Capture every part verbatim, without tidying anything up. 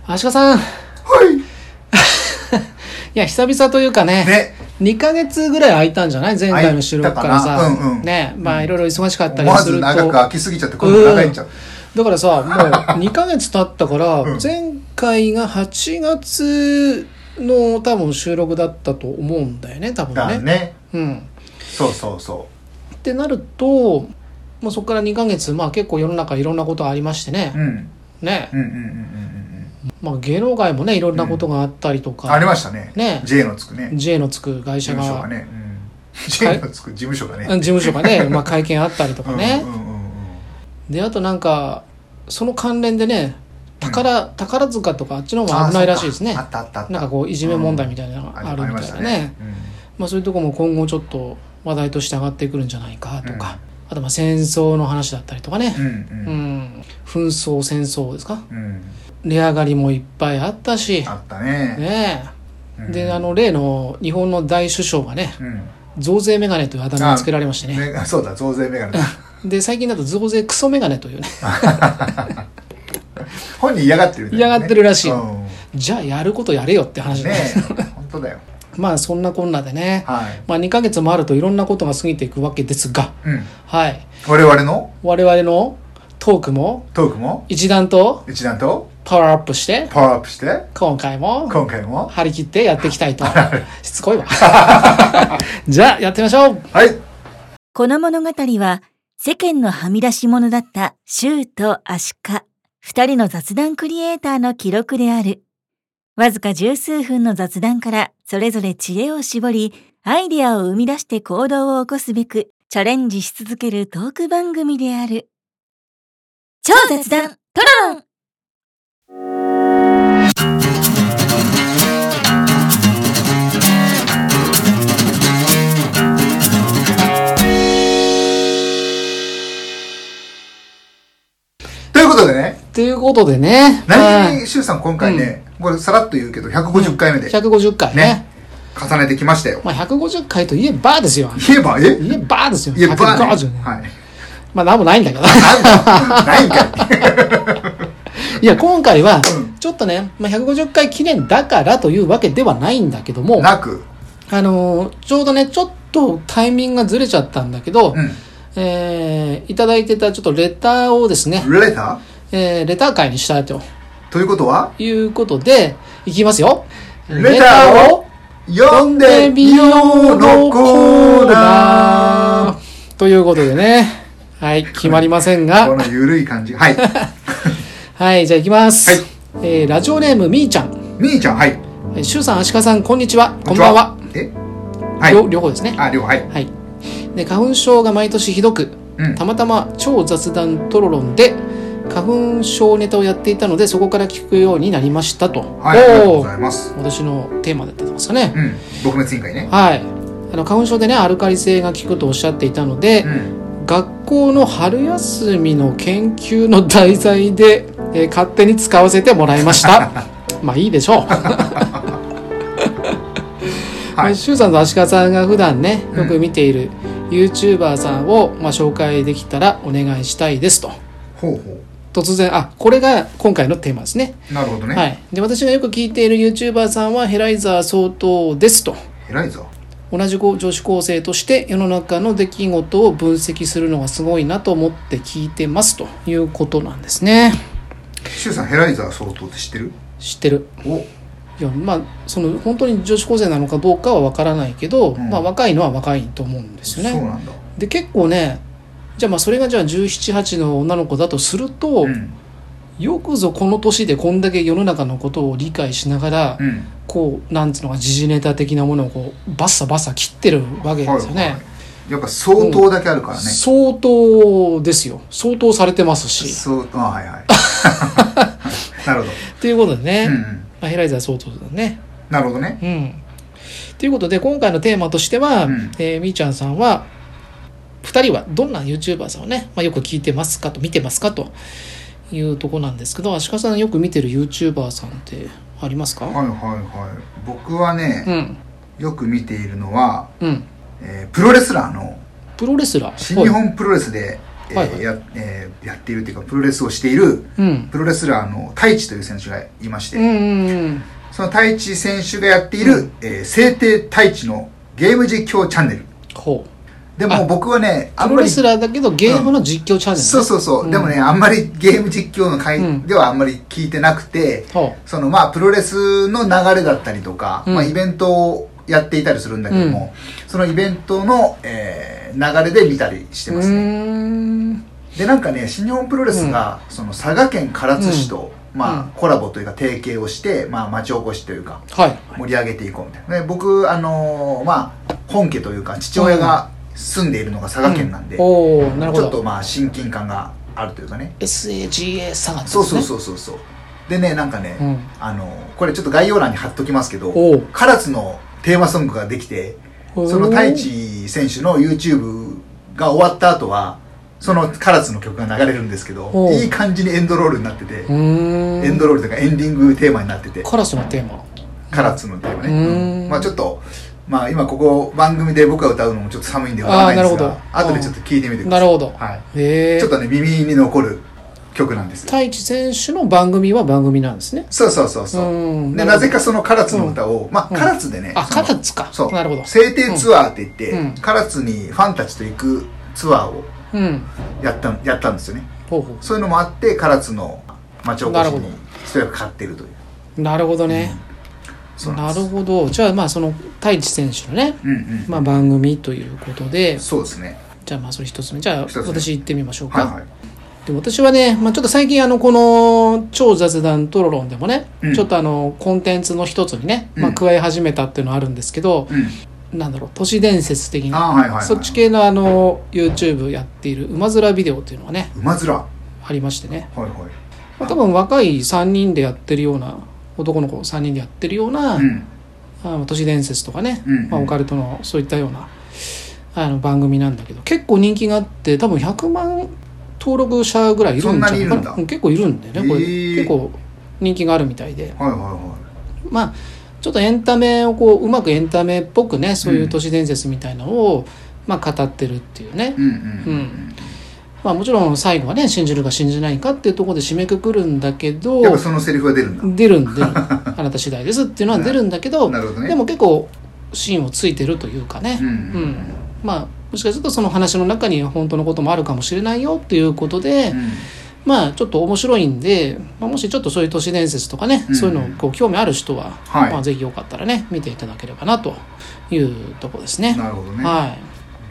足利さん。はい。いや、久々というかね。ね。にかげつぐらい空いたんじゃない？前回の収録からさ。うんうん、ね。まあ、いろいろ忙しかったりすると。 まず長く空きすぎちゃって、今度長いんちゃう。 だからさ、もうにかげつ経ったから、うん、前回がはちがつの多分収録だったと思うんだよね、多分ね。 だね。 うん。 そうそうそう。 ってなると、まあ、そこからにかげつ、まあ結構世の中いろんなことありましてね。 うん。 ね。 うんうんうんうん。 まあ芸能界もね、いろんなことがあったりとか。 うん、ありましたね。 ね。 J のつくね。 J のつく会社が。 事務所がね。うん、J のつく事務所がね。 事務所がね、まあ会見あったりとかね。 うんうんうんうん、 で、あとなんか、その関連でね、宝、うん、宝塚とかあっちの方が危ないらしいですね。 あったあったあった。 なんかこういじめ問題みたいなのがあるみたいなね。うん、まあそういうとこも今後ちょっと話題として上がってくるんじゃないかとか、うん、あとまあ戦争の話だったりとかね、 うんうんうん、紛争戦争ですか、 うん、 値上がりもいっぱいあったし、 あったね。 ねえ、うん、であの例の日本の大首相がね、うん、増税メガネというあだ名をつけられましてね。 そうだ、増税メガネだ。 で最近だと増税クソメガネというね。 本人嫌がってる、ね、 嫌がってるらしい、 うん、 じゃあやることやれよって話ね。本当だよ。 まあそんなこんなでね、 はい、 まあにかげつもあるといろんなことが過ぎていくわけですが、 うん、 はい、 我々の我々のトークもトークも一段と一段とパワーアップしてパワーアップして今回も今回も張り切ってやっていきたいとしつこいわじゃあやってみましょう。 はい。 この物語は世間のはみ出し者だったシューとアシカ二人の雑談クリエイターの記録である。わずか十数分の雑談からそれぞれ知恵を絞り、アイデアを生み出して行動を起こすべくチャレンジし続けるトーク番組である。超雑談トロロン。 ということでね。 ということでね。 何に、シュウさん今回ね、うん、これさらっと言うけど、ひゃくごじゅっかいめで。 ひゃくごじゅっかいね。ね重ねてきましたよ。 まあ、ひゃくごじゅっかいといえばですよ。 言えば、え言えばですよ。 言えば、ね。 ひゃくごじゅうね。 はい。 まあ、なんもないんだけど。 ないんかい。いや、今回は、ちょっとね、まあ、ひゃくごじゅっかい記念だからというわけではないんだけども。 なく。 あのー、ちょうどね、ちょっとタイミングがずれちゃったんだけど、うん、えー、いただいてたちょっとレターをですね。 レターえー、レター会にしたいと。 ということはいうことで、いきますよ。 レターを読んでみようのコーナーということでね。はい、決まりませんが。 このゆるい感じ。はい。 はい、じゃあいきます。 はい。 えー、ラジオネームみーちゃん。 みーちゃん、はい。 しゅうさん、あしかさん、こんにちは。こんばんは。 えはい。 両、両方ですね。 あ、両方、はい。 はい。で、花粉症が毎年ひどく、うん、たまたま超雑談トロロンで、花粉症ネタをやっていたのでそこから聞くようになりましたと。 はい、ありがとうございます。 私のテーマだったんですかね。 うん、撲滅委員会ね。 はい。あの花粉症でねアルカリ性が効くとおっしゃっていたので、うん、学校の春休みの研究の題材で、えー、勝手に使わせてもらいました。まあいいでしょう。はい。シュウさんとアシカさんが普段ねよく見ている YouTuber さんを、まあ、紹介できたらお願いしたいですと。 ほうほう。 突然、あ、これが今回のテーマですね。 なるほどね。 はい。で、私がよく聞いている YouTuber さんはヘライザー相当ですと。 ヘライザー？ 同じ女子高生として世の中の出来事を分析するのがすごいなと思って聞いてますということなんですね。 シュウさん、ヘライザー相当って知ってる？ 知ってる。 お。 いや、まあ、その本当に女子高生なのかどうかは分からないけど、うん、まあ若いのは若いと思うんですよね。 そうなんだ。で、 結構ね、じゃあまあそれがじゃあじゅうなな、はちの女の子だとすると、うん、よくぞこの年でこんだけ世の中のことを理解しながら、うん、こうなんつうのか時事ネタ的なものをこうバッサバッサ切ってるわけですよね。はいはい、 やっぱ相当だけあるからね。 相当ですよ。相当されてますし。 そうあはいはい。なるほど。 ということでね、うんうん、まあ、ヘライザー相当だね。 なるほどね。 うん。ということで今回のテーマとしては、うん、えー、みーちゃんさんはふたりはどんな YouTuber さんをね、まあ、よく聞いてますかと見てますかというとこなんですけど、足利さんよく見てる YouTuber さんってありますか？ はいはいはい。僕はね、うん、よく見ているのは、うん、えー、プロレスラーのプロレスラー新日本プロレスでえーはいはいやえーやっているというかプロレスをしている、 うん、 プロレスラーの太一という選手がいまして、 うんうんうん、 その太一選手がやっている、うんえー、聖帝太一のゲーム実況チャンネル。 ほう。 でも僕はね、 プロレスラーだけどゲームの実況チャンネル、ね、 うん、そうそうそう、うん、でもねあんまりゲーム実況の回ではあんまり聞いてなくて、うん、そのまあプロレスの流れだったりとか、うんまあ、イベントをやっていたりするんだけども、うん、そのイベントの、えー、流れで見たりしてますね。うーんでなんかね新日本プロレスが、うん、その佐賀県唐津市と、うんまあ、コラボというか提携をして、まあ、町おこしというか、はい、盛り上げていこうみたいな、ね、僕、あのー、まあ本家というか父親が住んでいるのが佐賀県なんで、うんおーなるほどちょっとまあ親近感があるというかねエスエージーエー 佐賀ですね。そうそうそうそうそうでねなんかね、うん、あのこれちょっと概要欄に貼っときますけど唐津のテーマソングができてその太一選手の YouTube が終わった後はその唐津の曲が流れるんですけどいい感じにエンドロールになっててエンドロールというかエンディングテーマになってて唐津のテーマ唐津のテーマね、うん、まあちょっとまあ今ここ番組で僕が歌うのもちょっと寒いんで歌わないんですが後でちょっと聞いてみてください。 なるほど、 はい、へちょっとね耳に残る曲なんですよ。 太一選手の番組は番組なんですね。 そうそうそうそううでなぜかその唐津の歌を、うん、まあ唐津でね、 うん、あ唐津かそうなるほど聖帝ツアーって言って、うん、唐津にファンたちと行くツアーをやった、うん、やったんですよね。ほうほうそういうのもあって唐津の町おこしに一役買ってるというなるほどね、うん、なるほど。じゃあまあその太一選手のね、うんうんまあ、番組ということでそうですね。 じゃあまあそれ一つ目じゃあ私行ってみましょうか。はいはいで私はね、まあ、ちょっと最近あのこの超雑談トロロンでもね、うん、ちょっとあのコンテンツの一つにね、まあ、加え始めたっていうのはあるんですけど、うん、なんだろう都市伝説的な、はいはいはい、そっち系のあの YouTube やっている馬面ビデオっていうのがね馬面ありましてね、はいはいまあ、 多分若いさんにんでやってるような男の子さんにんでやってるような、うん、あの都市伝説とかね、うんうんまあ、オカルトのそういったようなあの番組なんだけど結構人気があって多分ひゃくまん登録者ぐらいいるんじゃないかな。結構いるんでねこれ、えー、結構人気があるみたいで、はいはいはい、まあちょっとエンタメをこううまくエンタメっぽくねそういう都市伝説みたいなのを、うんまあ、語ってるっていうね、うんうんうんまあ、もちろん最後はね信じるか信じないかっていうところで締めくくるんだけどやっぱそのセリフは出るんだ出るん出るあなた次第ですっていうのは出るんだけど、なるほどね、でも結構芯をついてるというかね、うんうんうん、まあもしかするとその話の中に本当のこともあるかもしれないよっていうことで、うん、まあちょっと面白いんで、まあ、もしちょっとそういう都市伝説とかね、うん、そういうのこう興味ある人は、はいまあ、ぜひよかったらね見ていただければなというところですね。 なるほどね、 はい、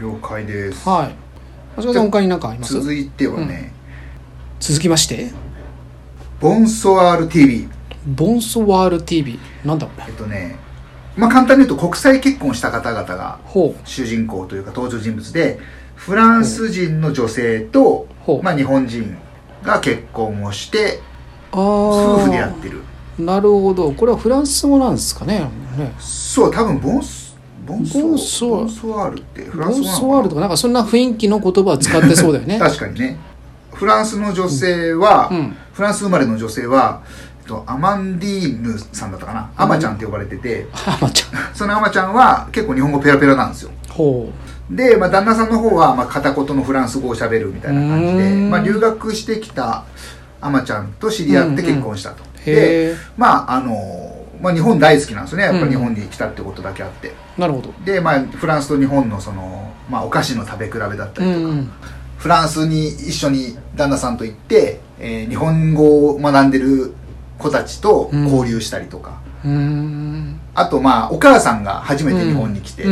了解です。 はい。橋本さん他に何かあります？ 続いてはね、 うん、続きましてボンソワール ティーブイボンソワール ティーブイ なんだこれ。 えっとねまあ簡単に言うと国際結婚した方々が主人公というか登場人物でフランス人の女性と、まあ、日本人が結婚をして夫婦でやってる。 なるほど。これはフランス語なんですか ね, ねそう多分ボンスボンソボンソボンソワールってフランス語なのかな。ボンソワールとかなんかそんな雰囲気の言葉を使ってそうだよね確かにね。フランスの女性は、うん、フランス生まれの女性はアマンディーヌさんだったかな、アマちゃんって呼ばれてて、 アマちゃんそのアマちゃんは結構日本語ペラペラなんですよ。ほうで、まあ、旦那さんの方はまあ片言のフランス語を喋るみたいな感じで、まあ、留学してきたアマちゃんと知り合って結婚したと、うんうん、でまああの、まあ、日本大好きなんですよねやっぱり日本に来たってことだけあって、うん、 なるほど。 で、まあ、フランスと日本のその、まあ、お菓子の食べ比べだったりとか、うんうん、フランスに一緒に旦那さんと行って、えー、日本語を学んでる子たちと交流したりとか、うん、あとまあお母さんが初めて日本に来て、うん、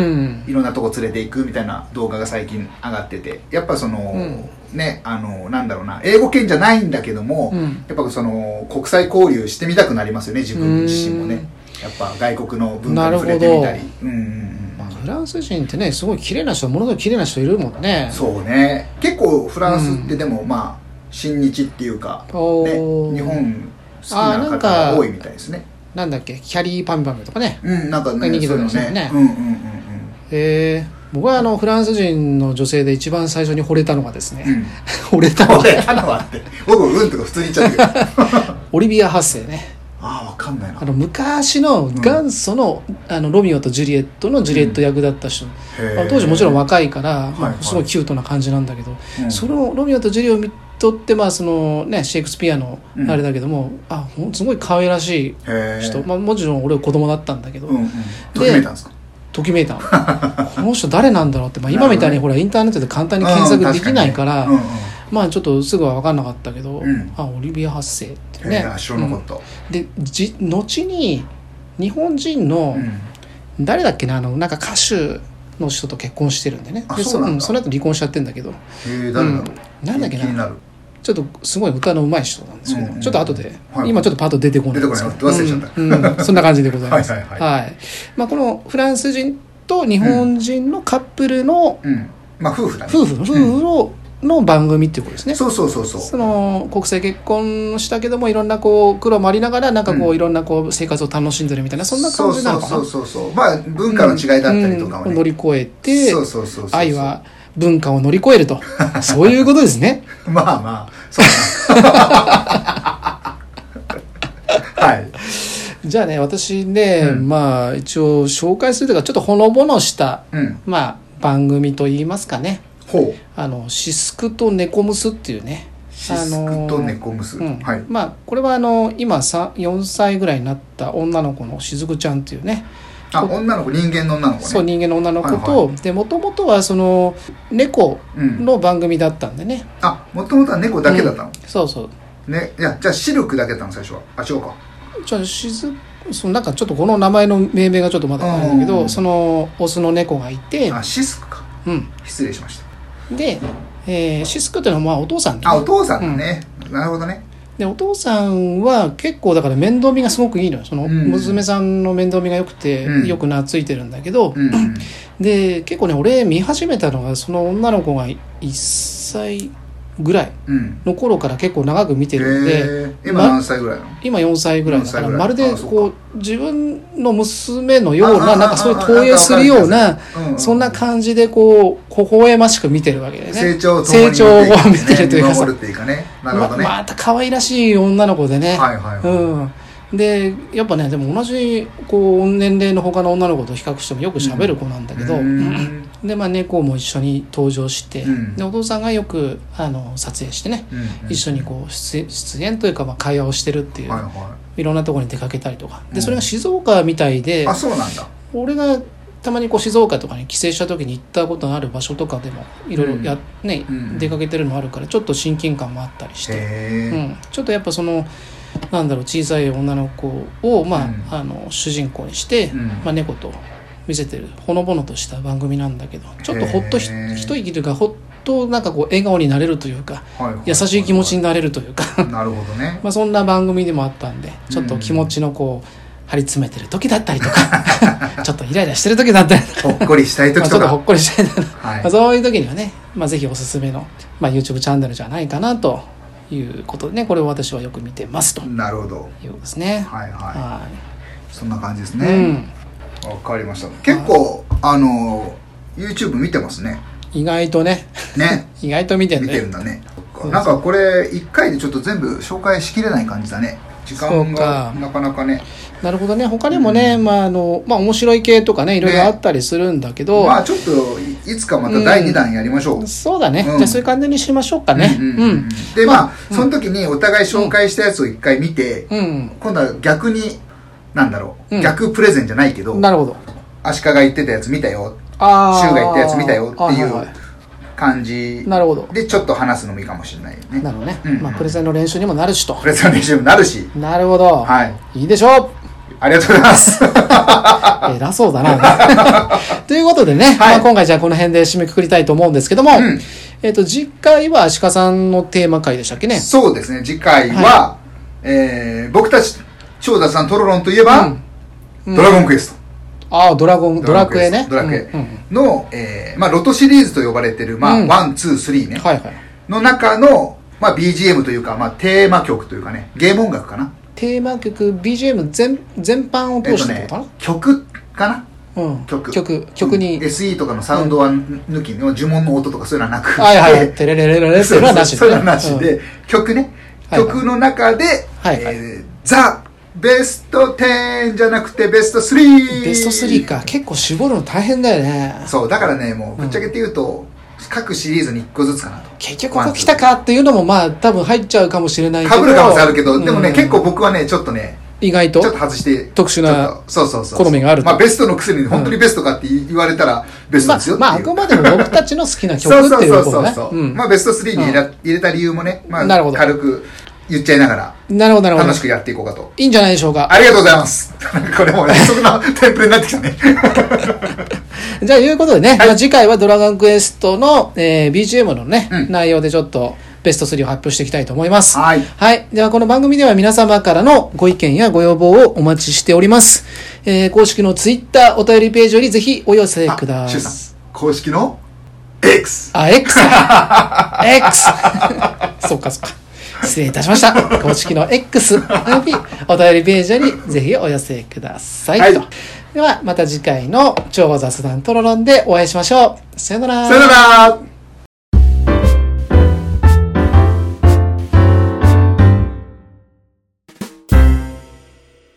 いろんなとこ連れて行くみたいな動画が最近上がっててやっぱその、うん、ねあのなんだろうな英語圏じゃないんだけども、うん、やっぱその国際交流してみたくなりますよね自分自身もね。やっぱ外国の文化に触れてみたり。うんうんうんまあ、フランス人ってねすごい綺麗な人ものすごい綺麗な人いるもんね。 そうね結構フランスってでも、うん、まあ親日っていうか、ね、日本好きな方が多いみたいですね。 なんだっけキャリーパンパンとかね。 うんなんかね人気ですよね。 うんうんうんうん。 へえ僕はあのフランス人の女性で一番最初に惚れたのがですね、 うん、惚れたのは惚れたのはって僕うんとか普通に言っちゃったけどオリビア・ハッセイね。 ああ分かかんないな。 あの昔の元祖の、うん、あのロミオとジュリエットのジュリエット役だった人、うん、あの当時もちろん若いから、まあ、すごいキュートな感じなんだけど、はいはい、そのロミオとジュリエットってまあそのねシェイクスピアのあれだけども、うん、あすごい可愛らしい人、まあ、もちろん俺は子供だったんだけど、うんうん、 ときめいたんですか？ ときめいたこの人誰なんだろうって、まあ、今みたいにほらインターネットで簡単に検索できないから、うんうん、まあちょっとすぐは分かんなかったけど、うん、あオリビア・ハッセイってね、 知らなかった、うん、 でじ後に日本人の、うん、誰だっけなあのなんか歌手の人と結婚してるんでね、で そ, うん、その後離婚しちゃってんだけど、 へえ誰だろう、うん、 なんだっけな、 気になる。 ちょっとすごい歌の上手い人なんですけど、うんうん、ちょっと後で、はい、今ちょっとパッと出てこないんですけど、 忘れちゃった、 うんうん、そんな感じでございます。 はいはい、 はいはい、まあ、このフランス人と日本人のカップルの、 うんうん、まあ夫婦だね、 夫婦夫婦の、うん、の番組っていうことですね。 そうそうそうそう。 その国際結婚したけどもいろんなこう苦労もありながらなんかこう、うん、いろんなこう生活を楽しんでるみたいなそんな感じなのかな。 そうそうそうそう。まあ文化の違いだったりとかもね、 うんうん、乗り越えて、 そうそうそうそう、 愛は文化を乗り越えるとそういうことですね。 まあまあそうだな。はい。 じゃあね私ね、うん、まあ一応紹介するというかちょっとほのぼのした、うん、まあ番組といいますかね。 ほう。 あのシスクとネコムスっていうね。 シスクとネコムス、 うん、 はい。 まあこれはあの今よんさいぐらいになった女の子のしずくちゃんっていうね。 あ、女の子、人間の女の子ね。 そう、人間の女の子と、はいはい、でもともとはその猫の番組だったんでね、 うん、あ、もともとは猫だけだったの、うん、 そうそうね、いや、じゃあシルクだけだったの最初は。あ、違うか。 じゃあしずそのなんかちょっとこの名前の命名がちょっとまだあるんだけど、そのオスの猫がいて、 あ、シスクか、 うん、 失礼しました。 で、えー、シスクっていうのはまあお父さん、ね、 あ、お父さんだね、うん、なるほどね。 でお父さんは結構だから面倒見がすごくいいのよ。その娘さんの面倒見が良くて、うん、よく懐いてるんだけど、うん、で結構ね俺見始めたのがその女の子がいっさいぐらいの頃から結構長く見てるんで、 うん、今何歳ぐらいなの？ 今よんさいぐらいだからまるでこう自分の娘のようななんかそういう投影するようなそんな感じでこう微笑ましく見てるわけでね。 成長を成長を見てるというかさ、 見守るっていうかね。なるほどね。 ま, また可愛らしい女の子でね。 はいはいはい。 うんでやっぱねでも同じこう年齢の他の女の子と比較してもよく喋る子なんだけど、うん、でまあ猫も一緒に登場して、うん、でお父さんがよくあの撮影してね、うん、一緒にこう出演というかまあ会話をしてるっていう、はいはい、いろんなところに出かけたりとかでそれが静岡みたいで、 あそうなんだ。 俺がたまにこう静岡とかに帰省した時に行ったことのある場所とかでもいろいろや、うんねうん、出かけてるのもあるからちょっと親近感もあったりして、うん、ちょっとやっぱそのなんだろう小さい女の子を、まあうん、あの主人公にして、うんまあ、猫と見せてるほのぼのとした番組なんだけどちょっとほっとひ一息というかほっとなんかこう笑顔になれるというか、はいはいはいはい、優しい気持ちになれるというかなるほどね。 まあそんな番組でもあったんでちょっと気持ちのこう張り詰めてる時だったりとかちょっとイライラしてる時だったりとかほっこりしたい時とかまあちょっとほっこりしたいとか、はいまあ、そういう時にはね、まあ、ぜひおすすめの、まあ、YouTube チャンネルじゃないかなということでねこれを私はよく見てますとなるほどいうことですね。 はいはい、 はい、 そんな感じですね。わ、うん、かりました。結構あの YouTube 見てますね。 意外とねね意外と見てるね。 見てるんだね。なんかこれいっかいでちょっと全部紹介しきれない感じだね。時間がなかなかね。 なるほどね。他にもね、うん、まああのまあ面白い系とかねいろいろあったりするんだけど、 ね、まあちょっといつかまただいにだんやりましょう。うん、 そうだね、うん。じゃあそういう感じにしましょうかね。 うんうんうんうん、でまあ、まあ、その時にお互い紹介したやつをいっかい見て、うん、今度は逆になんだろう、うん、逆プレゼンじゃないけど、 なるほど。 アシカが言ってたやつ見たよ、シュウが言ったやつ見たよっていう。はいはい感じでちょっと話すのもいいかもしれないよね。 なるほどね、うんうん、まあプレゼンの練習にもなるしとプレゼンの練習にもなるしなるほど、 はい、 いいでしょう。 ありがとうございます偉そうだなということでね、はいまあ、今回じゃあこの辺で締めくくりたいと思うんですけども、うん、えっと次回はアシカさんのテーマ回でしたっけね。 そうですね次回は、はい、えー、僕たち長田さんトロロンといえば、うんうん、ドラゴンクエストああドラゴンドラクエねドラクエの、うんうんえーまあ、ロトシリーズと呼ばれてる、まあうん、ワン、ツー、スリーね、はいはい、の中の、まあ、ビージーエム というか、まあ、テーマ曲というかねゲーム音楽かな。 テーマ曲 ビージーエム 全, 全般を通してってことかな、 えっとね、曲かな、うん、曲曲曲に、 うん、エスイー とかのサウンドは抜きの、うん、呪文の音とかそういうのはなくてはいはいテレレレレレっていうのはなしで、ね、 そういうのはなしで、うん、曲ね曲の中で、はいはいえー、ザ・ベストじゅうじゃなくてベストスリー。 ベストスリーか。結構絞るの大変だよね。 そう、だからね、もうぶっちゃけて言うと、うん、各シリーズにいっこずつかなと。 結局ここ来たかっていうのもまあ多分入っちゃうかもしれないけど。 被る可能性あるけど、うん、でもね、結構僕はね、ちょっとね、 意外とちょっと外して特殊な好みがあると。 まあベストのくせに本当にベストかって言われたらベストですよっていう。 まあ、まあ、あくまでも僕たちの好きな曲っていうことね。 そうそうそうそう、うん、まあベストスリーに入れ、うん、入れた理由もね、まあ軽く言っちゃいながら、 なるほどなるほど。 楽しくやっていこうかと。 いいんじゃないでしょうか。 ありがとうございます。これもね、そんなテンプレになってきたね。 じゃあいうことでね、はい、まあ、次回はドラゴンクエストの、えー、ビージーエム のね、うん、内容でちょっとベストスリーを発表していきたいと思います。 はい。 はい。ではこの番組では皆様からのご意見やご要望をお待ちしております。えー、公式のツイッターお便りページよりぜひお寄せください。さん公式の X。 あ、X。X。そっかそっか。失礼いたしました。公式の X およびお便りページよりぜひお寄せください。はい、と。ではまた次回の超雑談トロロンでお会いしましょう。さよなら。 さよなら。